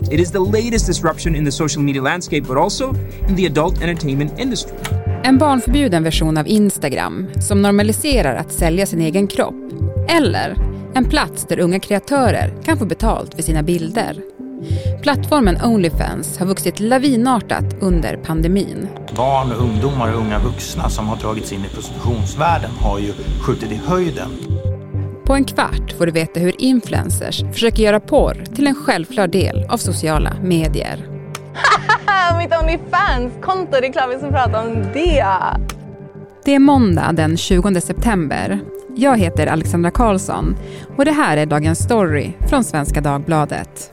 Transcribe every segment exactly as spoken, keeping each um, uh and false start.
It is the latest disruption in the social media landscape, but also in the adult entertainment industry. En barnförbjuden version av Instagram som normaliserar att sälja sin egen kropp. Eller en plats där unga kreatörer kan få betalt för sina bilder. Plattformen OnlyFans har vuxit lavinartat under pandemin. Barn, ungdomar och unga vuxna som har dragits in i prostitutionsvärlden har ju skjutit i höjden. På en kvart får du veta hur influencers försöker göra porr till en självklar del av sociala medier. Mitt OnlyFans-konto, det är klart vi ska prata om det. Det är måndag den tjugonde september. Jag heter Alexandra Karlsson och det här är dagens story från Svenska Dagbladet.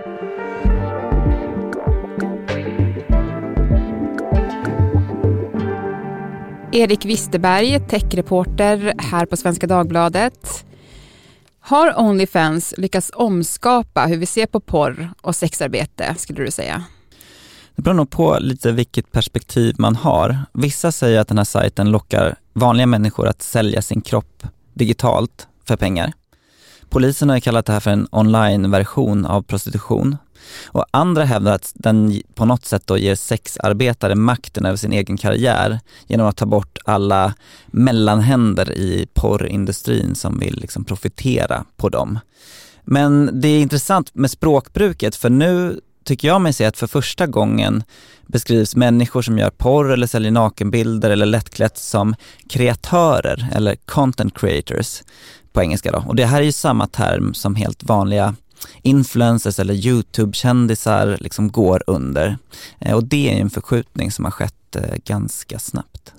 Erik Wisterberg, techreporter här på Svenska Dagbladet. Har OnlyFans lyckats omskapa hur vi ser på porr och sexarbete, skulle du säga? Det beror nog på lite vilket perspektiv man har. Vissa säger att den här sajten lockar vanliga människor att sälja sin kropp digitalt för pengar. Polisen har kallat det här för en online-version av prostitution. Och andra hävdar att den på något sätt då ger sexarbetare makten över sin egen karriär genom att ta bort alla mellanhänder i porrindustrin som vill liksom profitera på dem. Men det är intressant med språkbruket, för nu tycker jag mig se att för första gången beskrivs människor som gör porr eller säljer nakenbilder eller lättklätt som kreatörer eller content creators på engelska då. Och det här är ju samma term som helt vanliga influencers eller YouTube-kändisar liksom går under. Eh, och det är en förskjutning som har skett eh, ganska snabbt.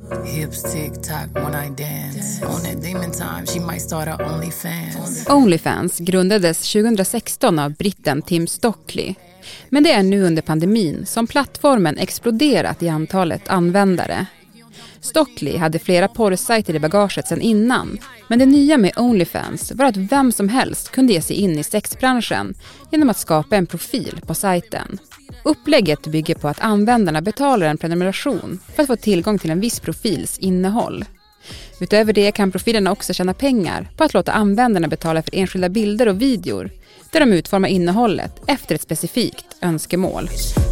OnlyFans grundades tjugohundrasexton av britten Tim Stockley. Men det är nu under pandemin som plattformen exploderat i antalet användare. Stockley hade flera porrsajter i bagaget sedan innan, men det nya med OnlyFans var att vem som helst kunde ge sig in i sexbranschen genom att skapa en profil på sajten. Upplägget bygger på att användarna betalar en prenumeration för att få tillgång till en viss profils innehåll. Utöver det kan profilerna också tjäna pengar på att låta användarna betala för enskilda bilder och videor där de utformar innehållet efter ett specifikt önskemål.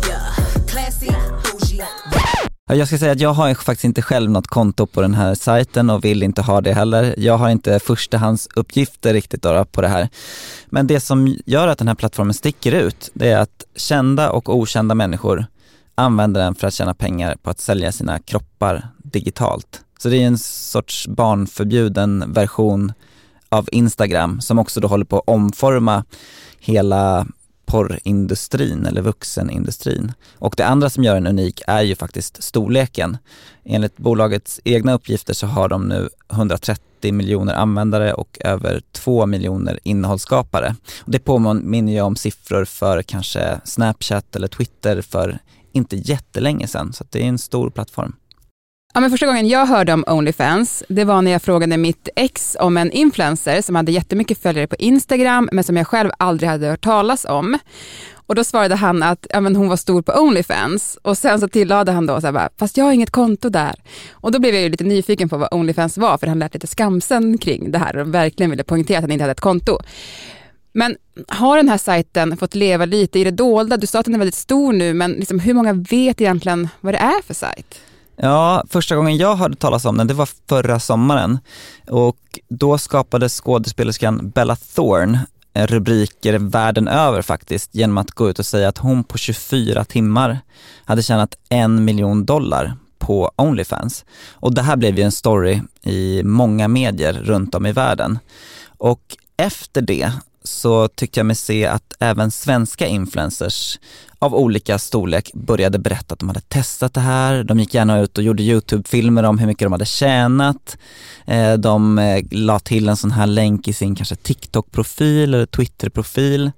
Jag ska säga att jag har faktiskt inte själv något konto på den här sajten och vill inte ha det heller. Jag har inte förstahandsuppgifter riktigt då på det här. Men det som gör att den här plattformen sticker ut, det är att kända och okända människor använder den för att tjäna pengar på att sälja sina kroppar digitalt. Så det är en sorts barnförbjuden version av Instagram som också då håller på att omforma hela porrindustrin eller vuxenindustrin. Och det andra som gör den unik är ju faktiskt storleken. Enligt bolagets egna uppgifter så har de nu hundratrettio miljoner användare och över två miljoner innehållsskapare. Och det påminner ju om siffror för kanske Snapchat eller Twitter för inte jättelänge sedan. Så det är en stor plattform. Ja, men första gången jag hörde om OnlyFans, det var när jag frågade mitt ex om en influencer som hade jättemycket följare på Instagram men som jag själv aldrig hade hört talas om. Och då svarade han att ja, men hon var stor på OnlyFans. Och sen så tillade han då så här bara, fast jag har inget konto där. Och då blev jag ju lite nyfiken på vad OnlyFans var, för han lät lite skamsen kring det här och verkligen ville poängtera att han inte hade ett konto. Men har den här sajten fått leva lite i det dolda? Du sa att den är väldigt stor nu, men liksom, hur många vet egentligen vad det är för sajt? Ja, första gången jag hörde talas om den, det var förra sommaren. Och då skapade skådespelerskan Bella Thorne rubriker världen över faktiskt genom att gå ut och säga att hon på tjugofyra timmar hade tjänat en miljon dollar på OnlyFans. Och det här blev ju en story i många medier runt om i världen. Och efter det så tyckte jag mig se att även svenska influencers av olika storlek började berätta att de hade testat det här. De gick gärna ut och gjorde YouTube-filmer om hur mycket de hade tjänat. De la till en sån här länk i sin kanske TikTok-profil eller Twitter-profil.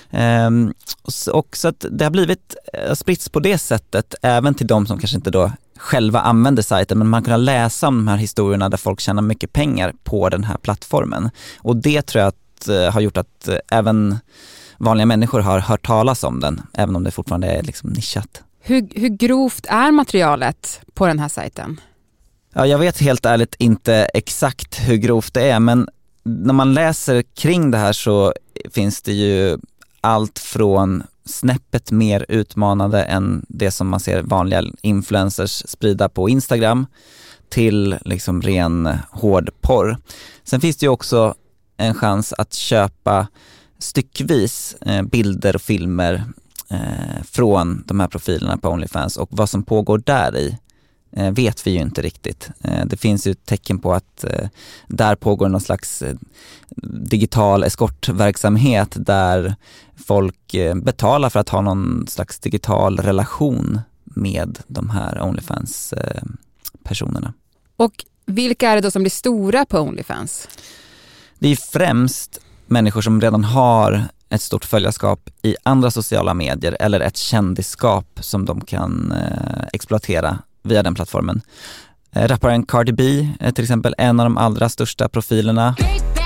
Och så att det har blivit spritts på det sättet även till de som kanske inte då själva använder sajten, men man kan läsa om de här historierna där folk tjänar mycket pengar på den här plattformen. Och det tror jag att har gjort att även vanliga människor har hört talas om den, även om det fortfarande är liksom nischat. Hur, hur grovt är materialet på den här sajten? Ja, jag vet helt ärligt inte exakt hur grovt det är, men när man läser kring det här så finns det ju allt från snäppet mer utmanande än det som man ser vanliga influencers sprida på Instagram till liksom ren hård porr. Sen finns det ju också en chans att köpa styckvis eh, bilder och filmer eh, från de här profilerna på OnlyFans, och vad som pågår där i eh, vet vi ju inte riktigt. Eh, det finns ju tecken på att eh, där pågår någon slags eh, digital eskortverksamhet där folk eh, betalar för att ha någon slags digital relation med de här OnlyFans eh, personerna. Och vilka är det då som blir stora på OnlyFans? Det är främst människor som redan har ett stort följarskap i andra sociala medier eller ett kändisskap som de kan eh, exploatera via den plattformen. Eh, rapparen Cardi B är till exempel en av de allra största profilerna.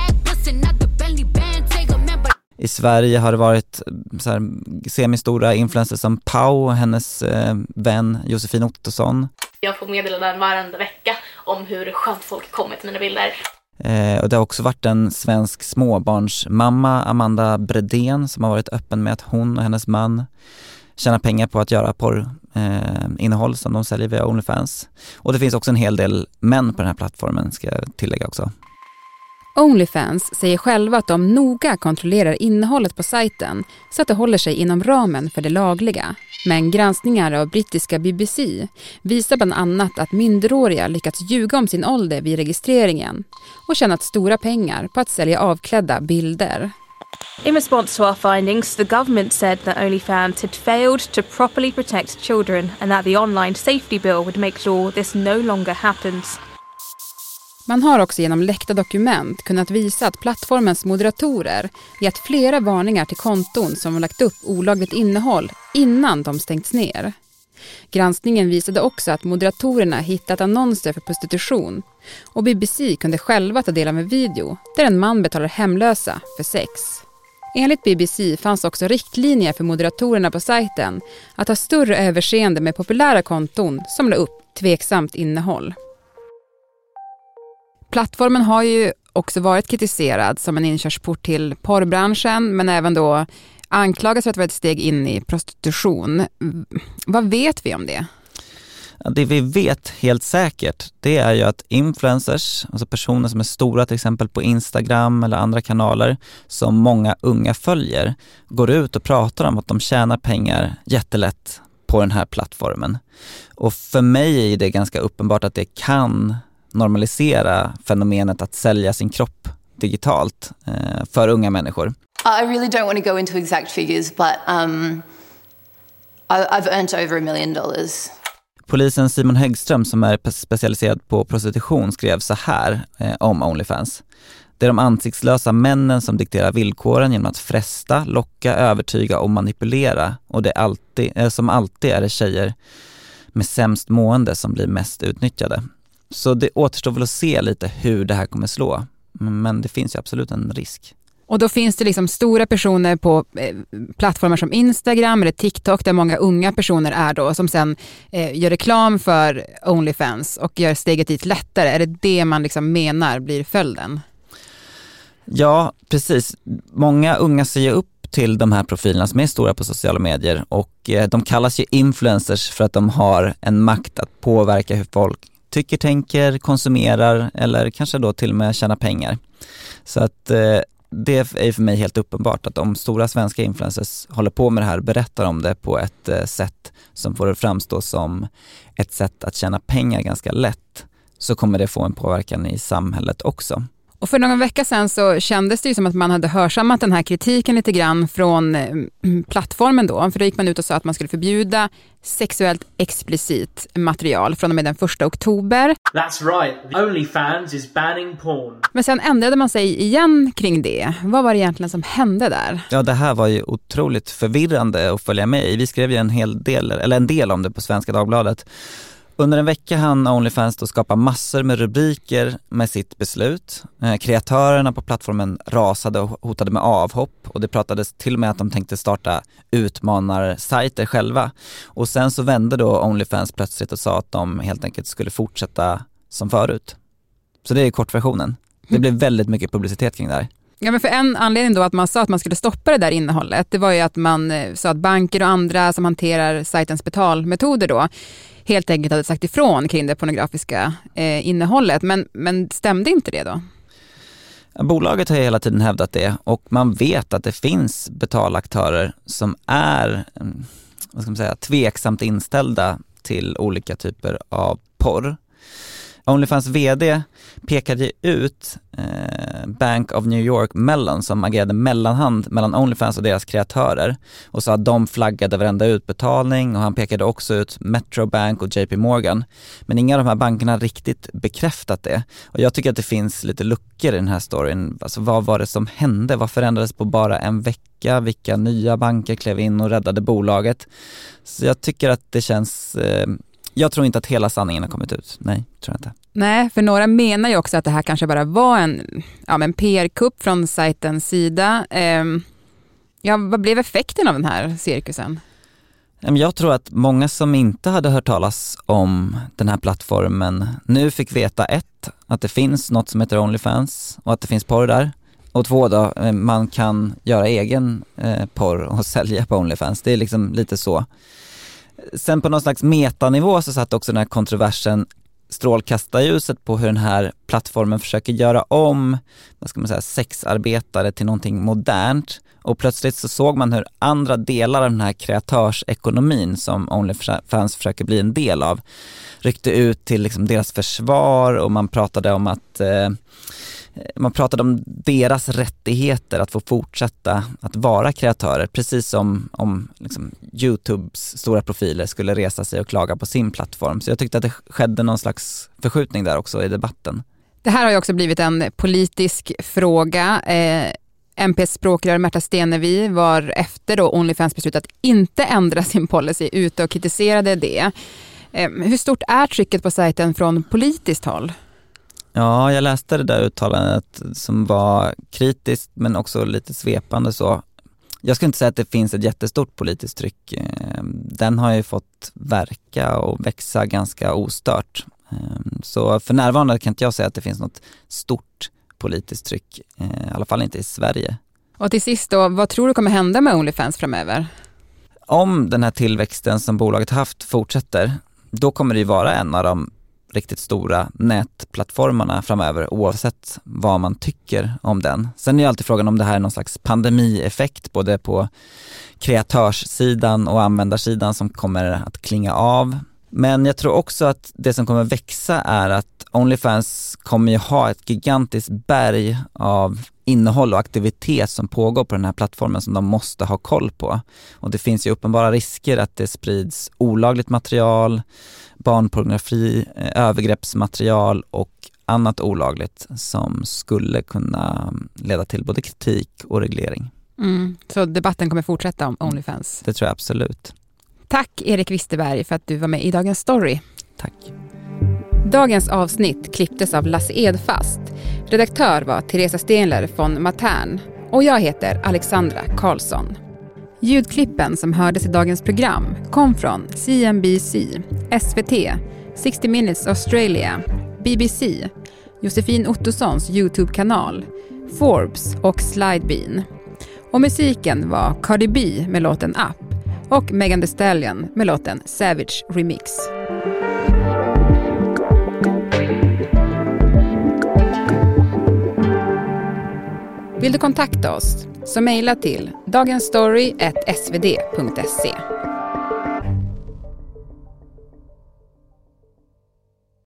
I Sverige har det varit så här, semistora influencers som Pau och hennes eh, vän Josefin Ottosson. Jag får meddelanden varenda vecka om hur skönt folk kommer till mina bilder. Eh, och det har också varit en svensk småbarnsmamma, Amanda Bredén, som har varit öppen med att hon och hennes man tjänar pengar på att göra porrinnehåll eh, som de säljer via OnlyFans. Och det finns också en hel del män på den här plattformen, ska jag tillägga också. OnlyFans säger själva att de noga kontrollerar innehållet på sajten så att det håller sig inom ramen för det lagliga. Men granskningar av brittiska B B C visar bland annat att minderåriga lyckats ljuga om sin ålder vid registreringen och tjänat stora pengar på att sälja avklädda bilder. In response to our findings, the government said that OnlyFans had failed to properly protect children and that the online safety bill would make sure this no longer happens. Man har också genom läckta dokument kunnat visa att plattformens moderatorer gett flera varningar till konton som har lagt upp olagligt innehåll innan de stängts ner. Granskningen visade också att moderatorerna hittat annonser för prostitution och B B C kunde själva ta del av en video där en man betalar hemlösa för sex. Enligt B B C fanns också riktlinjer för moderatorerna på sajten att ha större överseende med populära konton som la upp tveksamt innehåll. Plattformen har ju också varit kritiserad som en inkörsport till porrbranschen, men även då anklagas för att vara ett steg in i prostitution. Vad vet vi om det? Det vi vet helt säkert, det är ju att influencers, alltså personer som är stora till exempel på Instagram eller andra kanaler som många unga följer, går ut och pratar om att de tjänar pengar jättelätt på den här plattformen. Och för mig är det ganska uppenbart att det kan normalisera fenomenet att sälja sin kropp digitalt eh, för unga människor. I really don't want to go into exact figures, but um, I've earned over a million dollars. Polisen Simon Häggström, som är specialiserad på prostitution, skrev så här eh, om OnlyFans. Det är de ansiktslösa männen som dikterar villkoren genom att fresta, locka, övertyga och manipulera. Och det är alltid, eh, som alltid är det tjejer med sämst mående som blir mest utnyttjade. Så det återstår väl att se lite hur det här kommer slå. Men det finns ju absolut en risk. Och då finns det liksom stora personer på eh, plattformar som Instagram eller TikTok där många unga personer är då som sen eh, gör reklam för OnlyFans och gör steget dit lättare. Är det det man liksom menar blir följden? Ja, precis. Många unga ser upp till de här profilerna som är stora på sociala medier, och eh, de kallas ju influencers för att de har en makt att påverka hur folk tycker, tänker, konsumerar eller kanske då till och med tjäna pengar. Så att eh, det är för mig helt uppenbart att om stora svenska influencers håller på med det här, berättar om det på ett eh, sätt som får det framstå som ett sätt att tjäna pengar ganska lätt, så kommer det få en påverkan i samhället också. Och för någon vecka sedan så kändes det ju som att man hade hörsammat den här kritiken lite grann från plattformen då. För då gick man ut och sa att man skulle förbjuda sexuellt explicit material från och med den första oktober. That's right. OnlyFans is banning porn. Men sen ändrade man sig igen kring det. Vad var det egentligen som hände där? Ja, det här var ju otroligt förvirrande att följa med i. Vi skrev ju en hel del, eller en del om det på Svenska Dagbladet. Under en vecka hann OnlyFans då skapa massor med rubriker med sitt beslut. Eh, kreatörerna på plattformen rasade och hotade med avhopp, och det pratades till och med att de tänkte starta utmanarsajter själva. Och sen så vände då OnlyFans plötsligt och sa att de helt enkelt skulle fortsätta som förut. Så det är kortversionen. Det blev väldigt mycket publicitet kring det här. Ja, men för en anledning då att man sa att man skulle stoppa det där innehållet, det var ju att man sa att banker och andra som hanterar sajtens betalmetoder då helt enkelt hade sagt ifrån kring det pornografiska eh, innehållet. Men, men stämde inte det då? Bolaget har hela tiden hävdat det, och man vet att det finns betalaktörer som är, vad ska man säga, tveksamt inställda till olika typer av porr. Onlyfans vd pekade ut eh, Bank of New York Mellon som agerade mellanhand mellan Onlyfans och deras kreatörer och sa att de flaggade varenda utbetalning, och han pekade också ut Metro Bank och J P Morgan. Men inga av de här bankerna har riktigt bekräftat det. Och jag tycker att det finns lite luckor i den här storyn. Alltså, vad var det som hände? Vad förändrades på bara en vecka? Vilka nya banker klev in och räddade bolaget? Så jag tycker att det känns... Eh, Jag tror inte att hela sanningen har kommit ut. Nej, tror jag inte. Nej, för några menar ju också att det här kanske bara var en, ja, en P R-kupp från sajtens sida. Ehm, ja, vad blev effekten av den här cirkusen? Jag tror att många som inte hade hört talas om den här plattformen nu fick veta ett, att det finns något som heter Onlyfans och att det finns porr där. Och två då, man kan göra egen eh, porr och sälja på Onlyfans. Det är liksom lite så. Sen på någon slags metanivå så satt också den här kontroversen strålkastarljuset på hur den här plattformen försöker göra om, vad ska man säga, sexarbetare till någonting modernt. Och plötsligt så såg man hur andra delar av den här kreatörsekonomin som Onlyfans försöker bli en del av ryckte ut till liksom deras försvar, och man pratade om att eh, man pratade om deras rättigheter att få fortsätta att vara kreatörer, precis som om liksom, YouTubes stora profiler skulle resa sig och klaga på sin plattform. Så jag tyckte att det skedde någon slags förskjutning där också i debatten. Det här har ju också blivit en politisk fråga. Eh, M P:s språkrör Märta Stenevi var efter då Onlyfans beslut att inte ändra sin policy ute och kritiserade det. Eh, hur stort är trycket på sajten från politiskt håll? Ja, jag läste det där uttalandet som var kritiskt men också lite svepande så. Jag skulle inte säga att det finns ett jättestort politiskt tryck. Den har ju fått verka och växa ganska ostört. Så för närvarande kan inte jag säga att det finns något stort politiskt tryck, i alla fall inte i Sverige. Och till sist då, vad tror du kommer hända med Onlyfans framöver? Om den här tillväxten som bolaget haft fortsätter, då kommer det ju vara en av de riktigt stora nätplattformarna framöver, oavsett vad man tycker om den. Sen är ju alltid frågan om det här är någon slags pandemieffekt både på kreatörssidan och användarsidan som kommer att klinga av. Men jag tror också att det som kommer växa är att Onlyfans kommer ju ha ett gigantiskt berg av innehåll och aktivitet som pågår på den här plattformen som de måste ha koll på. Och det finns ju uppenbara risker att det sprids olagligt material, barnpornografi, övergreppsmaterial och annat olagligt som skulle kunna leda till både kritik och reglering. Mm. Så debatten kommer fortsätta om Onlyfans? Det tror jag absolut. Tack Erik Wisterberg för att du var med i Dagens Story. Tack. Dagens avsnitt klipptes av Lasse Edfast. Redaktör var Teresa Stenler från Matern. Och jag heter Alexandra Karlsson. Ljudklippen som hördes i dagens program kom från C N B C, S V T, sextio minutes Australia, B B C, Josefin Ottossons YouTube-kanal, Forbes och Slidebean. Och musiken var Cardi B med låten Up och Megan Thee Stallion med låten Savage Remix. Vill du kontakta oss så mejla till dagensstory at s v d punkt se.